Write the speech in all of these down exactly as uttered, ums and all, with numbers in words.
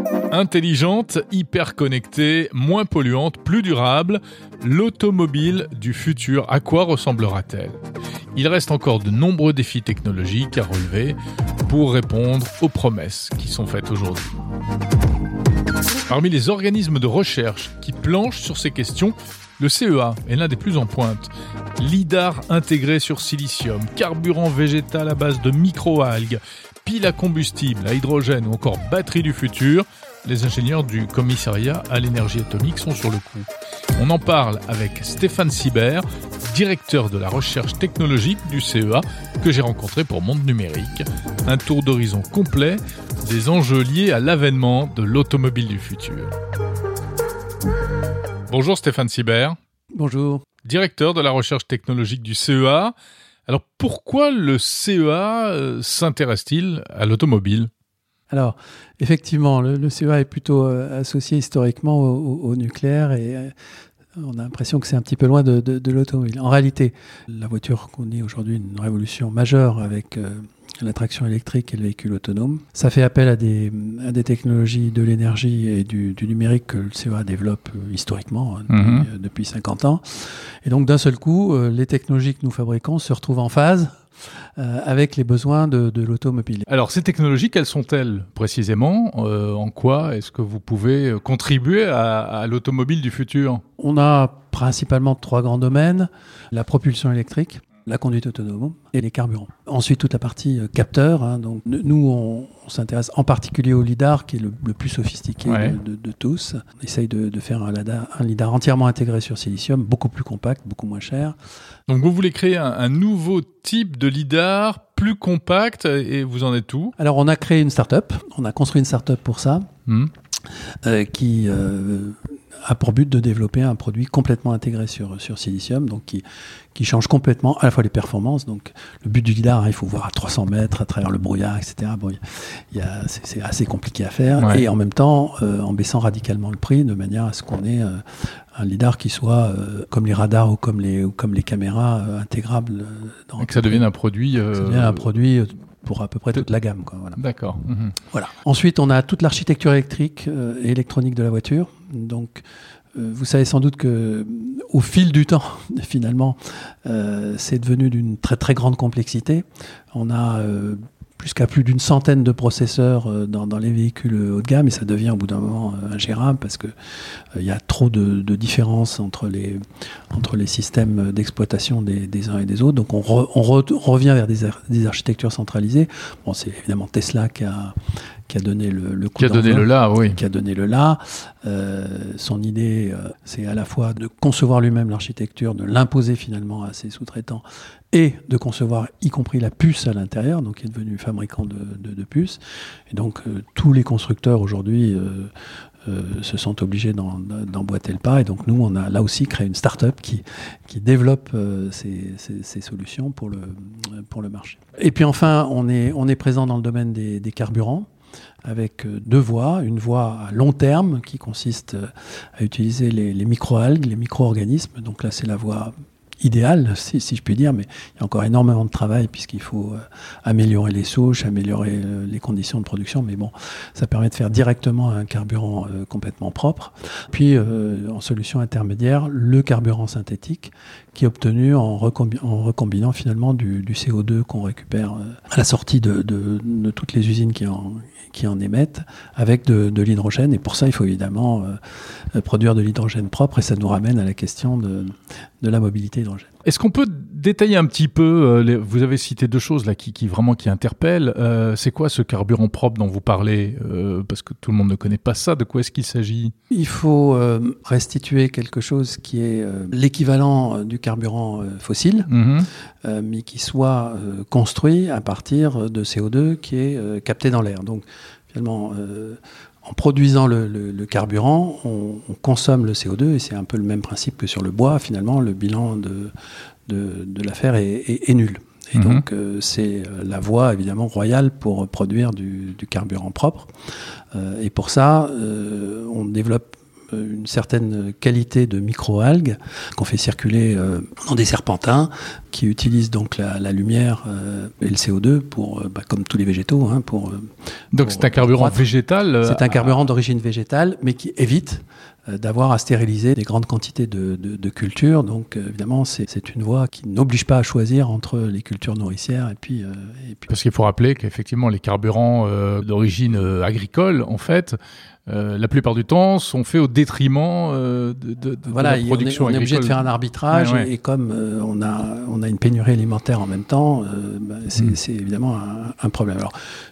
Intelligente, hyper connectée, moins polluante, plus durable, l'automobile du futur, à quoi ressemblera-t-elle ? Il reste encore de nombreux défis technologiques à relever pour répondre aux promesses qui sont faites aujourd'hui. Parmi les organismes de recherche qui planchent sur ces questions, le C E A est l'un des plus en pointe. Lidar intégré sur silicium, carburant végétal à base de microalgues, pile à combustible, à hydrogène ou encore batterie du futur, les ingénieurs du commissariat à l'énergie atomique sont sur le coup. On en parle avec Stéphane Sibert, directeur de la recherche technologique du C E A, que j'ai rencontré pour Monde Numérique. Un tour d'horizon complet des enjeux liés à l'avènement de l'automobile du futur. Bonjour Stéphane Sibert. Bonjour. Directeur de la recherche technologique du C E A. Alors pourquoi le C E A euh, s'intéresse-t-il à l'automobile ? Alors, effectivement, le, le C E A est plutôt euh, associé historiquement au, au, au nucléaire et euh, on a l'impression que c'est un petit peu loin de, de, de l'automobile. En réalité, la voiture connaît aujourd'hui une révolution majeure avec euh, la traction électrique et le véhicule autonome. Ça fait appel à des, à des technologies de l'énergie et du, du numérique que le C E A développe euh, historiquement hein, depuis, mmh. euh, depuis cinquante ans. Et donc, d'un seul coup, euh, les technologies que nous fabriquons se retrouvent en phase Euh, avec les besoins de, de l'automobile. Alors, ces technologies, quelles sont-elles précisément ? euh, En quoi est-ce que vous pouvez contribuer à, à l'automobile du futur ? On a principalement trois grands domaines. La propulsion électrique, la conduite autonome et les carburants. Ensuite, toute la partie euh, capteur. Hein, donc, nous, on, on s'intéresse en particulier au lidar, qui est le, le plus sophistiqué ouais. de, de, de tous. On essaye de, de faire un lidar, un lidar entièrement intégré sur silicium, beaucoup plus compact, beaucoup moins cher. Donc, vous voulez créer un, un nouveau type de lidar plus compact, et vous en êtes où ? Alors, on a créé une start-up. On a construit une start-up pour ça, mmh. euh, qui... Euh, a pour but de développer un produit complètement intégré sur, sur silicium, donc qui, qui change complètement à la fois les performances. Donc, le but du lidar, hein, il faut voir à trois cents mètres, à travers le brouillard, et cetera. Bon, y a, c'est, c'est assez compliqué à faire. Ouais. Et en même temps, euh, en baissant radicalement le prix, de manière à ce qu'on ait euh, un lidar qui soit euh, comme les radars ou comme les, ou comme les caméras euh, intégrables. Dans Et que ça devienne un produit... Euh... Ça devienne un produit... Euh, pour à peu près toute la gamme. Quoi, voilà. D'accord. Mmh. Voilà. Ensuite, on a toute l'architecture électrique euh, et électronique de la voiture. Donc, euh, vous savez sans doute que, au fil du temps, finalement, euh, c'est devenu d'une très très grande complexité. On a euh, jusqu'à plus d'une centaine de processeurs euh, dans, dans les véhicules haut de gamme, et ça devient au bout d'un moment euh, ingérable parce que il euh, y a trop de, de différences entre les entre les systèmes d'exploitation des, des uns et des autres. Donc on, re, on, re, on revient vers des, ar- des architectures centralisées. Bon, c'est évidemment Tesla qui a qui a donné le, le coup qui a donné le là, oui, qui a donné le là. Euh, son idée, euh, c'est à la fois de concevoir lui-même l'architecture, de l'imposer finalement à ses sous-traitants, et de concevoir y compris la puce à l'intérieur, donc il est devenu fabricant de, de, de puces. Et donc euh, tous les constructeurs aujourd'hui euh, euh, se sont obligés d'en, d'emboîter le pas. Et donc nous, on a là aussi créé une start-up qui, qui développe euh, ces, ces, ces solutions pour le, pour le marché. Et puis enfin, on est, on est présent dans le domaine des, des carburants, avec deux voies. Une voie à long terme qui consiste à utiliser les, les microalgues, les micro-organismes. Donc là, c'est la voie idéal, si, si je puis dire, mais il y a encore énormément de travail puisqu'il faut euh, améliorer les souches, améliorer euh, les conditions de production, mais bon, ça permet de faire directement un carburant euh, complètement propre. Puis, euh, en solution intermédiaire, le carburant synthétique qui est obtenu en, recombi- en recombinant finalement du, du C O deux qu'on récupère euh, à la sortie de, de, de toutes les usines qui en, qui en émettent avec de, de l'hydrogène. Et pour ça, il faut évidemment euh, produire de l'hydrogène propre, et ça nous ramène à la question de, de la mobilité hydrogène. Est-ce qu'on peut détailler un petit peu, euh, les, vous avez cité deux choses là qui, qui vraiment qui interpellent. Euh, c'est quoi ce carburant propre dont vous parlez euh, parce que tout le monde ne connaît pas ça. De quoi est-ce qu'il s'agit ? Il faut euh, restituer quelque chose qui est euh, l'équivalent du carburant euh, fossile, mmh. euh, mais qui soit euh, construit à partir de C O deux qui est euh, capté dans l'air. Donc finalement, euh, en produisant le, le, le carburant, on, on consomme le C O deux, et c'est un peu le même principe que sur le bois. Finalement, le bilan de, de, de l'affaire est, est, est nul. Et mmh. donc, euh, c'est la voie, évidemment, royale pour produire du, du carburant propre. Euh, et pour ça, euh, on développe une certaine qualité de microalgues qu'on fait circuler euh, dans des serpentins qui utilisent donc la, la lumière euh, et le C O deux pour, euh, bah, comme tous les végétaux, hein, pour. Euh, donc pour, c'est un carburant végétal. Euh, c'est un carburant d'origine végétale, mais qui évite d'avoir à stériliser des grandes quantités de, de, de cultures. Donc euh, évidemment, c'est, c'est une voie qui n'oblige pas à choisir entre les cultures nourricières et puis... Euh, et puis... Parce qu'il faut rappeler qu'effectivement, les carburants euh, d'origine euh, agricole, en fait, euh, la plupart du temps, sont faits au détriment euh, de, de, de voilà, la production on est, on est obligé de faire un arbitrage, ouais, ouais. Et, et comme euh, on, a, on a une pénurie alimentaire en même temps, euh, bah, c'est, mmh. c'est évidemment un, un problème. Alors,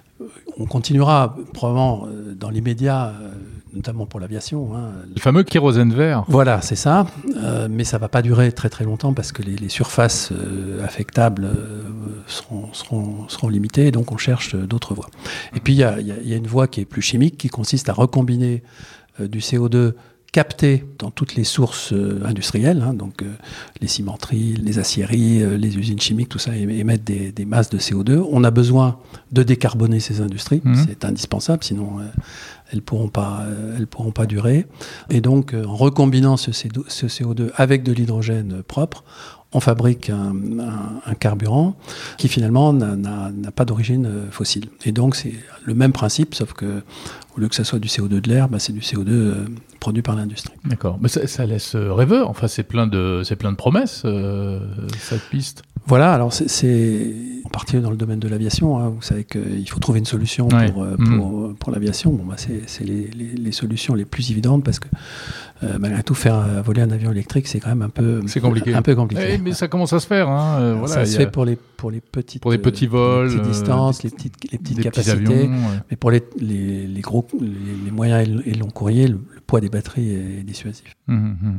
on continuera probablement euh, dans l'immédiat, euh, notamment pour l'aviation. Hein. Le fameux kérosène vert. Voilà, c'est ça. Euh, mais ça ne va pas durer très très longtemps parce que les, les surfaces euh, affectables euh, seront, seront, seront limitées. Et donc on cherche euh, d'autres voies. Et puis il y a, y a, y a une voie qui est plus chimique qui consiste à recombiner euh, du C O deux capté dans toutes les sources euh, industrielles, hein, donc euh, les cimenteries, les aciéries, euh, les usines chimiques, tout ça émettent des, des masses de C O deux. On a besoin de décarboner ces industries, mmh. c'est indispensable, sinon euh, elles ne pourront pas, euh, elles pourront pas durer. Et donc, euh, en recombinant ce, ce C O deux avec de l'hydrogène propre, on fabrique un, un, un carburant qui finalement n'a, n'a, n'a pas d'origine fossile. Et donc c'est le même principe, sauf que au lieu que ça soit du C O deux de l'air, bah, c'est du C O deux euh, produit par l'industrie. D'accord, mais ça, ça laisse rêveur. Enfin, c'est plein de, c'est plein de promesses euh, cette piste. Voilà, alors c'est, c'est en partie dans le domaine de l'aviation. Hein, vous savez qu'il faut trouver une solution ouais. pour, euh, pour, mmh. pour l'aviation. Bon, bah, c'est, c'est les, les, les solutions les plus évidentes parce que euh, malgré tout, faire euh, voler un avion électrique, c'est quand même un peu c'est compliqué. Un peu compliqué. Eh, mais ça commence à se faire. Hein. Euh, voilà, ça se a... fait pour les pour les petites pour les petits vols, les petites distances, euh, les petites les petites des capacités. Petits avions, ouais. Mais pour les les, les gros les, les moyens et long courrier, le, le poids des batteries est dissuasif. Mmh, mmh.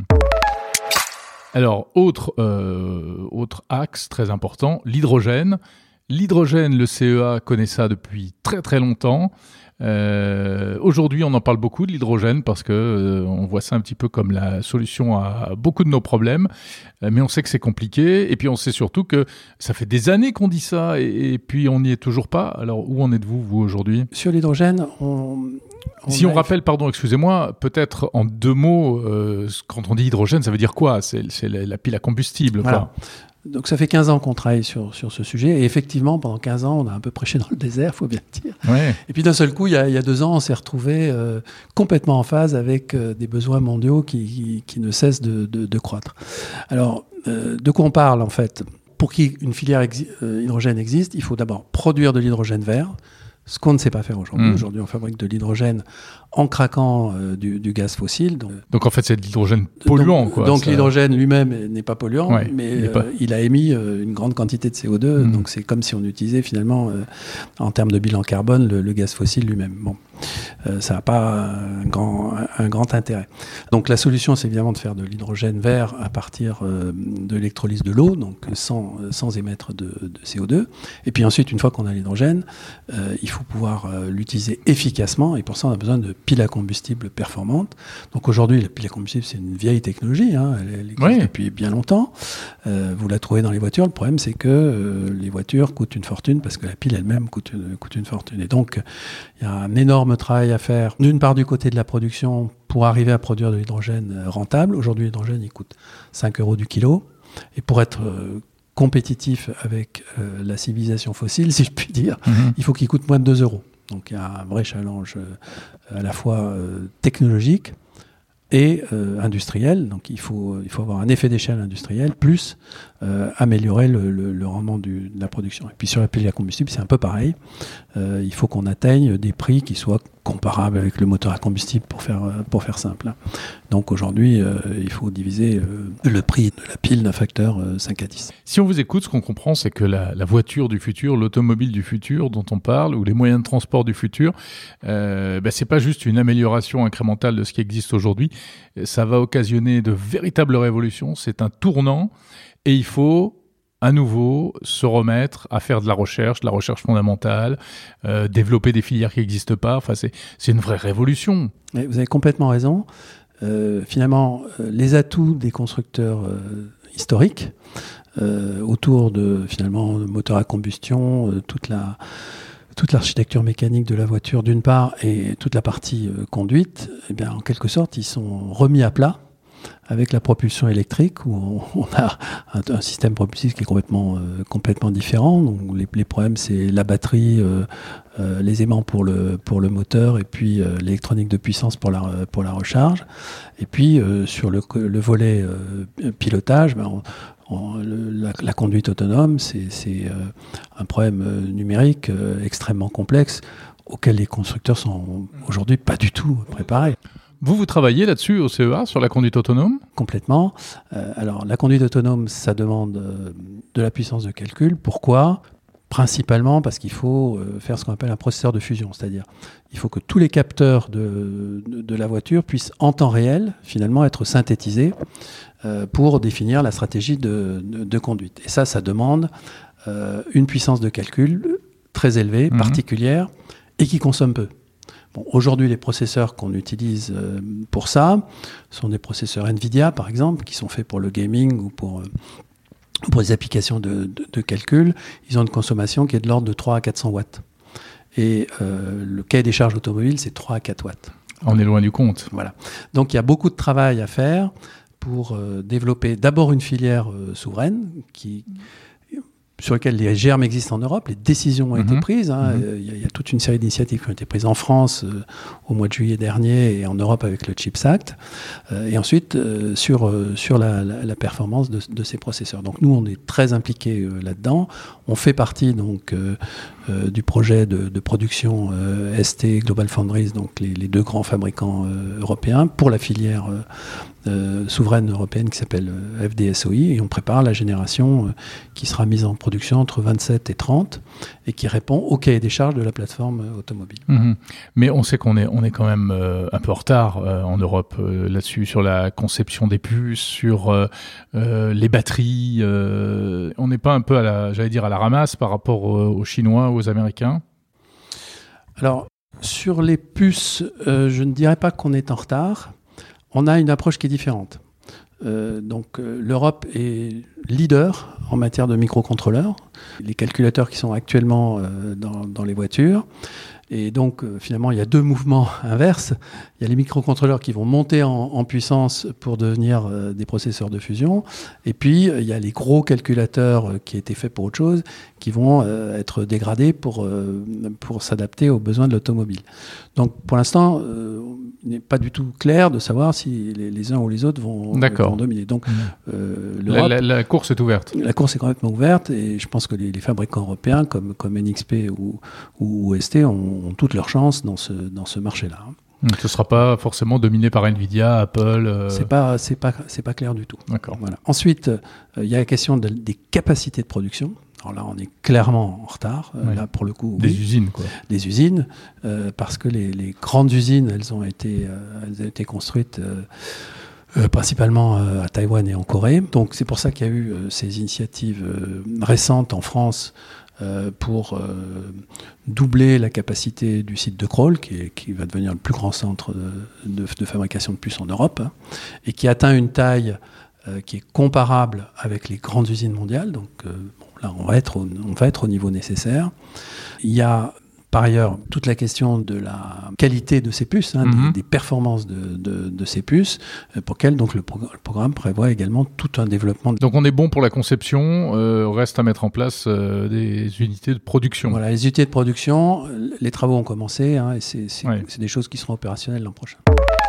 Alors, autre, euh, autre axe très important, l'hydrogène. L'hydrogène, le C E A connaît ça depuis très très longtemps. Euh, aujourd'hui, on en parle beaucoup de l'hydrogène parce que euh, on voit ça un petit peu comme la solution à beaucoup de nos problèmes. Euh, mais on sait que c'est compliqué. Et puis, on sait surtout que ça fait des années qu'on dit ça et, et puis on n'y est toujours pas. Alors, où en êtes-vous, vous, aujourd'hui ? Sur l'hydrogène, on... On si on rappelle, pardon, excusez-moi, peut-être en deux mots, euh, quand on dit hydrogène, ça veut dire quoi ? C'est, c'est la, la pile à combustible, voilà. quoi. Donc ça fait quinze ans qu'on travaille sur, sur ce sujet. Et effectivement, pendant quinze ans, on a un peu prêché dans le désert, il faut bien le dire. Ouais. Et puis d'un seul coup, il y a, il y a deux ans, on s'est retrouvé euh, complètement en phase avec euh, des besoins mondiaux qui, qui, qui ne cessent de, de, de croître. Alors, euh, de quoi on parle en fait ? Pour qu'une filière exi- euh, hydrogène existe, il faut d'abord produire de l'hydrogène vert, ce qu'on ne sait pas faire aujourd'hui. Mmh. Aujourd'hui, on fabrique de l'hydrogène en craquant euh, du, du gaz fossile. Donc, donc en fait, c'est de l'hydrogène polluant. Donc, quoi, donc ça... l'hydrogène lui-même n'est pas polluant, ouais, mais il, euh, pas... il a émis euh, une grande quantité de C O deux. Mmh. Donc c'est comme si on utilisait finalement, euh, en termes de bilan carbone, le, le gaz fossile lui-même. Bon. Euh, ça n'a pas un grand, un grand intérêt. Donc la solution, c'est évidemment de faire de l'hydrogène vert à partir euh, de l'électrolyse de l'eau, donc sans, sans émettre de, de C O deux. Et puis ensuite, une fois qu'on a l'hydrogène, euh, il faut pouvoir euh, l'utiliser efficacement, et pour ça, on a besoin de piles à combustible performantes. Donc aujourd'hui, la pile à combustible, c'est une vieille technologie, hein, elle, elle existe oui. depuis bien longtemps. Euh, vous la trouvez dans les voitures. Le problème, c'est que euh, les voitures coûtent une fortune parce que la pile elle-même coûte une, coûte une fortune. Et donc, il y a un énorme travail à faire, d'une part du côté de la production, pour arriver à produire de l'hydrogène rentable. Aujourd'hui, l'hydrogène, il coûte cinq euros du kilo. Et pour être euh, compétitif avec euh, la civilisation fossile, si je puis dire, mmh. il faut qu'il coûte moins de deux euros. Donc il y a un vrai challenge euh, à la fois euh, technologique et euh, industriel. Donc il faut, il faut avoir un effet d'échelle industriel, plus euh, améliorer le, le, le rendement du, de la production. Et puis sur la pile à combustible, c'est un peu pareil. Euh, il faut qu'on atteigne des prix qui soient comparables avec le moteur à combustible, pour faire, pour faire simple. Donc aujourd'hui, euh, il faut diviser euh, le prix de la pile d'un facteur euh, cinq à dix. Si on vous écoute, ce qu'on comprend, c'est que la, la voiture du futur, l'automobile du futur dont on parle, ou les moyens de transport du futur, euh, ben, c'est pas juste une amélioration incrémentale de ce qui existe aujourd'hui, ça va occasionner de véritables révolutions, c'est un tournant, et il faut à nouveau se remettre à faire de la recherche, de la recherche fondamentale, euh, développer des filières qui n'existent pas. Enfin, c'est, c'est une vraie révolution. Mais vous avez complètement raison. Euh, finalement, euh, les atouts des constructeurs euh, historiques euh, autour de finalement de moteurs à combustion, euh, toute la toute l'architecture mécanique de la voiture d'une part et toute la partie euh, conduite, eh bien, en quelque sorte, ils sont remis à plat avec la propulsion électrique où on, on a un, un système propulsif qui est complètement, euh, complètement différent. Donc les, les problèmes, c'est la batterie, euh, euh, les aimants pour le, pour le moteur et puis euh, l'électronique de puissance pour la, pour la recharge. Et puis euh, sur le, le volet euh, pilotage, ben, on, on, le, la, la conduite autonome, c'est, c'est euh, un problème euh, numérique euh, extrêmement complexe auquel les constructeurs sont aujourd'hui pas du tout préparés. Vous, vous travaillez là-dessus au C E A, sur la conduite autonome ? Complètement. Euh, alors, la conduite autonome, ça demande euh, de la puissance de calcul. Pourquoi ? Principalement parce qu'il faut euh, faire ce qu'on appelle un processeur de fusion. C'est-à-dire, il faut que tous les capteurs de, de, de la voiture puissent, en temps réel, finalement, être synthétisés euh, pour définir la stratégie de, de, de conduite. Et ça, ça demande euh, une puissance de calcul très élevée, mmh. particulière, et qui consomme peu. Bon, aujourd'hui, les processeurs qu'on utilise euh, pour ça sont des processeurs NVIDIA, par exemple, qui sont faits pour le gaming ou pour, euh, pour les applications de, de, de calcul. Ils ont une consommation qui est de l'ordre de trois à quatre cents watts. Et euh, le cahier des charges automobile, c'est trois à quatre watts. On est loin du compte. Voilà. Donc, il y a beaucoup de travail à faire pour euh, développer d'abord une filière euh, souveraine qui... sur lesquels les germes existent en Europe, les décisions ont mmh. été prises. Hein. Mmh. Il, y a, il y a toute une série d'initiatives qui ont été prises en France euh, au mois de juillet dernier et en Europe avec le CHIPS Act. Euh, et ensuite, euh, sur, euh, sur la, la, la performance de, de ces processeurs. Donc nous, on est très impliqués euh, là-dedans. On fait partie donc, euh, euh, du projet de, de production euh, S T, Global Foundries, donc les, les deux grands fabricants euh, européens, pour la filière euh, Euh, souveraine européenne qui s'appelle euh, F D S O I, et on prépare la génération euh, qui sera mise en production entre vingt-sept et trente et qui répond au cahier des charges de la plateforme euh, automobile. Mmh. Mais on sait qu'on est, on est quand même euh, un peu en retard euh, en Europe euh, là-dessus, sur la conception des puces, sur euh, euh, les batteries. Euh, on n'est pas un peu à la, j'allais dire, à la ramasse par rapport aux, aux Chinois ou aux Américains ? Alors, sur les puces, euh, je ne dirais pas qu'on est en retard. On a une approche qui est différente. Euh, donc, euh, l'Europe est leader en matière de microcontrôleurs, les calculateurs qui sont actuellement euh, dans, dans les voitures. Et donc, euh, finalement, il y a deux mouvements inverses. Il y a les microcontrôleurs qui vont monter en, en puissance pour devenir euh, des processeurs de fusion. Et puis, euh, il y a les gros calculateurs euh, qui étaient faits pour autre chose, qui vont euh, être dégradés pour, euh, pour s'adapter aux besoins de l'automobile. Donc, pour l'instant, euh, il n'est pas du tout clair de savoir si les, les uns ou les autres vont, euh, vont dominer. Donc, euh, la, la, la course est ouverte. La course est complètement ouverte. Et je pense que les, les fabricants européens, comme, comme N X P ou, ou, ou S T, ont ont toutes leurs chances dans ce, dans ce marché-là. Donc, ce ne sera pas forcément dominé par NVIDIA, Apple euh... C'est pas, c'est pas, c'est pas clair du tout. D'accord. Voilà. Ensuite, il euh, y a la question de, des capacités de production. Alors là, on est clairement en retard. Euh, ouais. Là, pour le coup, des oui. usines, quoi. Des usines, euh, parce que les, les grandes usines, elles ont été, euh, elles ont été construites euh, euh, principalement euh, à Taïwan et en Corée. Donc, c'est pour ça qu'il y a eu euh, ces initiatives euh, récentes en France. Euh, pour euh, doubler la capacité du site de Crolles, qui, est, qui va devenir le plus grand centre de, de, de fabrication de puces en Europe, hein, et qui atteint une taille euh, qui est comparable avec les grandes usines mondiales. Donc euh, bon, là, on va, être au, on va être au niveau nécessaire. Il y a par ailleurs toute la question de la qualité de ces puces, hein, mm-hmm. des, des performances de, de, de ces puces, pour lesquelles donc, le, pro- le programme prévoit également tout un développement. Donc on est bon pour la conception, euh, reste à mettre en place euh, des unités de production. Voilà, les unités de production, les travaux ont commencé, hein, et c'est, c'est, ouais. c'est des choses qui seront opérationnelles l'an prochain.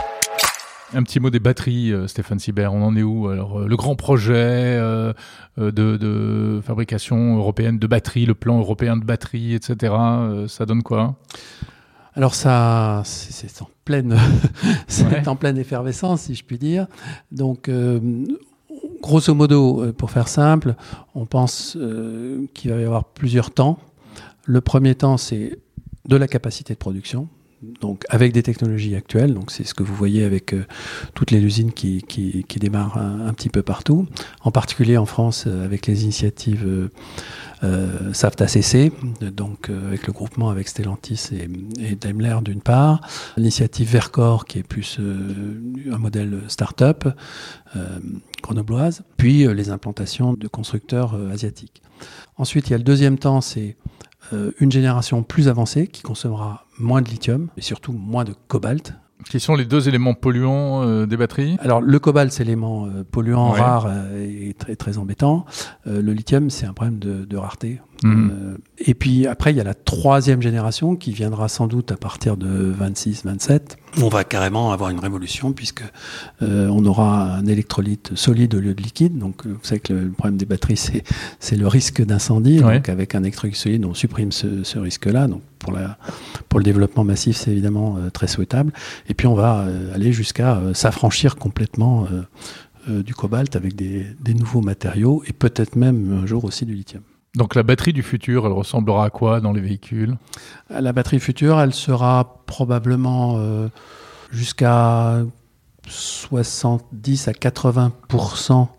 Un petit mot des batteries, euh, Stéphane Sibert, on en est où ? Alors, euh, le grand projet euh, de, de fabrication européenne de batteries, le plan européen de batteries, et cetera, euh, ça donne quoi ? Alors ça, c'est, c'est, en, pleine, c'est ouais. en pleine effervescence, si je puis dire. Donc, euh, grosso modo, pour faire simple, on pense euh, qu'il va y avoir plusieurs temps. Le premier temps, c'est de la capacité de production. Donc avec des technologies actuelles, donc c'est ce que vous voyez avec euh, toutes les usines qui, qui, qui démarrent un, un petit peu partout, en particulier en France euh, avec les initiatives euh, euh, S A F T A C C, donc euh, avec le groupement avec Stellantis et, et Daimler d'une part, l'initiative Vercor qui est plus euh, un modèle start-up euh, grenobloise, puis euh, les implantations de constructeurs euh, asiatiques. Ensuite il y a le deuxième temps, c'est euh, une génération plus avancée qui consommera moins de lithium et surtout moins de cobalt. Qui sont les deux éléments polluants euh, des batteries ? Alors, le cobalt, c'est l'élément euh, polluant ouais. rare euh, et très, très embêtant. Euh, le lithium, c'est un problème de, de rareté. Mmh. Euh, et puis après, il y a la troisième génération qui viendra sans doute à partir de vingt-six vingt-sept. On va carrément avoir une révolution puisque euh, on aura un électrolyte solide au lieu de liquide. Donc, vous savez que le, le problème des batteries, c'est, c'est le risque d'incendie. Ouais. Donc, avec un électrolyte solide, on supprime ce, ce risque-là. Donc, pour, la, pour le développement massif, c'est évidemment euh, très souhaitable. Et puis, on va euh, aller jusqu'à euh, s'affranchir complètement euh, euh, du cobalt avec des, des nouveaux matériaux et peut-être même un jour aussi du lithium. Donc la batterie du futur, elle ressemblera à quoi dans les véhicules ? La batterie future, elle sera probablement euh, jusqu'à soixante-dix à quatre-vingts pour cent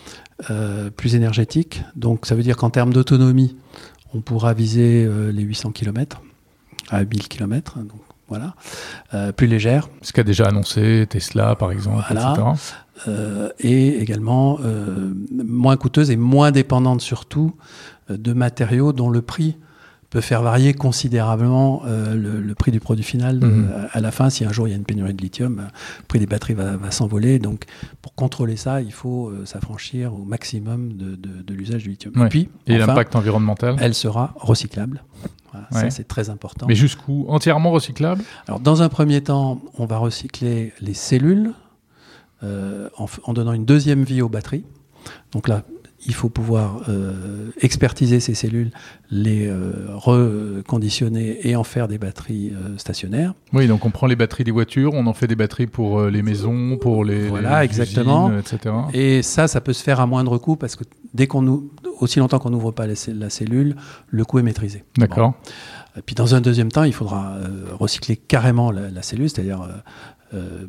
euh, plus énergétique. Donc ça veut dire qu'en termes d'autonomie, on pourra viser euh, les huit cents kilomètres à mille kilomètres. Donc voilà, euh, plus légère. Ce qu'a déjà annoncé Tesla, par exemple, voilà. et cetera. Euh, et également euh, moins coûteuse et moins dépendante surtout euh, de matériaux dont le prix peut faire varier considérablement euh, le, le prix du produit final. Mmh. Euh, à, à la fin, si un jour il y a une pénurie de lithium, euh, le prix des batteries va, va s'envoler. Donc pour contrôler ça, il faut euh, s'affranchir au maximum de, de, de l'usage du lithium. Ouais. Et puis, et enfin, l'impact environnemental ? Elle sera recyclable. Voilà, ouais. Ça, c'est très important. Mais jusqu'où ? Entièrement recyclable ? Alors, dans un premier temps, on va recycler les cellules euh, en, en donnant une deuxième vie aux batteries. Donc là, il faut pouvoir euh, expertiser ces cellules, les euh, reconditionner et en faire des batteries euh, stationnaires. Oui, donc on prend les batteries des voitures, on en fait des batteries pour euh, les maisons, pour les, voilà, les exactement. usines, et cetera. Et ça, ça peut se faire à moindre coût parce que dès qu'on nous, aussi longtemps qu'on n'ouvre pas la, la cellule, le coût est maîtrisé. D'accord. Bon. Et puis dans un deuxième temps, il faudra euh, recycler carrément la, la cellule, c'est-à-dire euh, euh,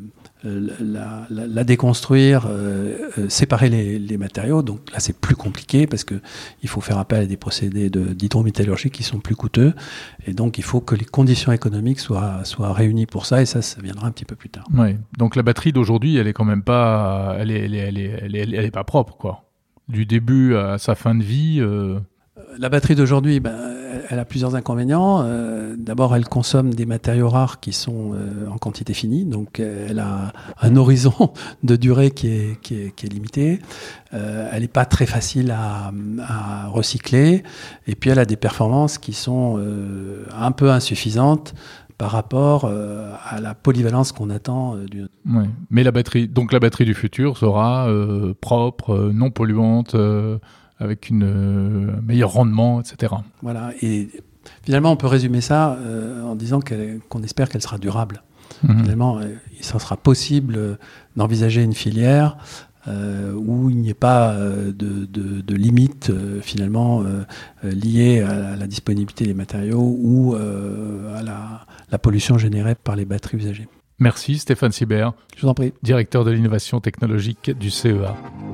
La, la, la déconstruire, euh, euh, séparer les, les matériaux. Donc là, c'est plus compliqué parce que il faut faire appel à des procédés de, d'hydrométallurgie qui sont plus coûteux. Et donc, il faut que les conditions économiques soient, soient réunies pour ça. Et ça, ça viendra un petit peu plus tard. Oui. Donc la batterie d'aujourd'hui, elle est quand même pas, elle est, elle est, elle est, elle est, elle est, elle est pas propre, quoi. Du début à sa fin de vie. Euh... La batterie d'aujourd'hui, ben, elle a plusieurs inconvénients. Euh, d'abord, elle consomme des matériaux rares qui sont euh, en quantité finie, donc euh, elle a un horizon de durée qui est, qui est, qui est limité. Euh, elle n'est pas très facile à, à recycler, et puis elle a des performances qui sont euh, un peu insuffisantes par rapport euh, à la polyvalence qu'on attend euh, d'une. Oui. Mais la batterie, donc la batterie du futur sera euh, propre, euh, non polluante. Euh... avec une, euh, un meilleur rendement, et cetera. Voilà, et finalement, on peut résumer ça euh, en disant qu'elle, qu'on espère qu'elle sera durable. Mmh. Finalement, euh, il sera possible euh, d'envisager une filière euh, où il n'y ait pas euh, de, de, de limite, euh, finalement, euh, liée à la disponibilité des matériaux ou euh, à la, la pollution générée par les batteries usagées. Merci Stéphane Sibert. Je vous en prie. Directeur de l'innovation technologique du C E A.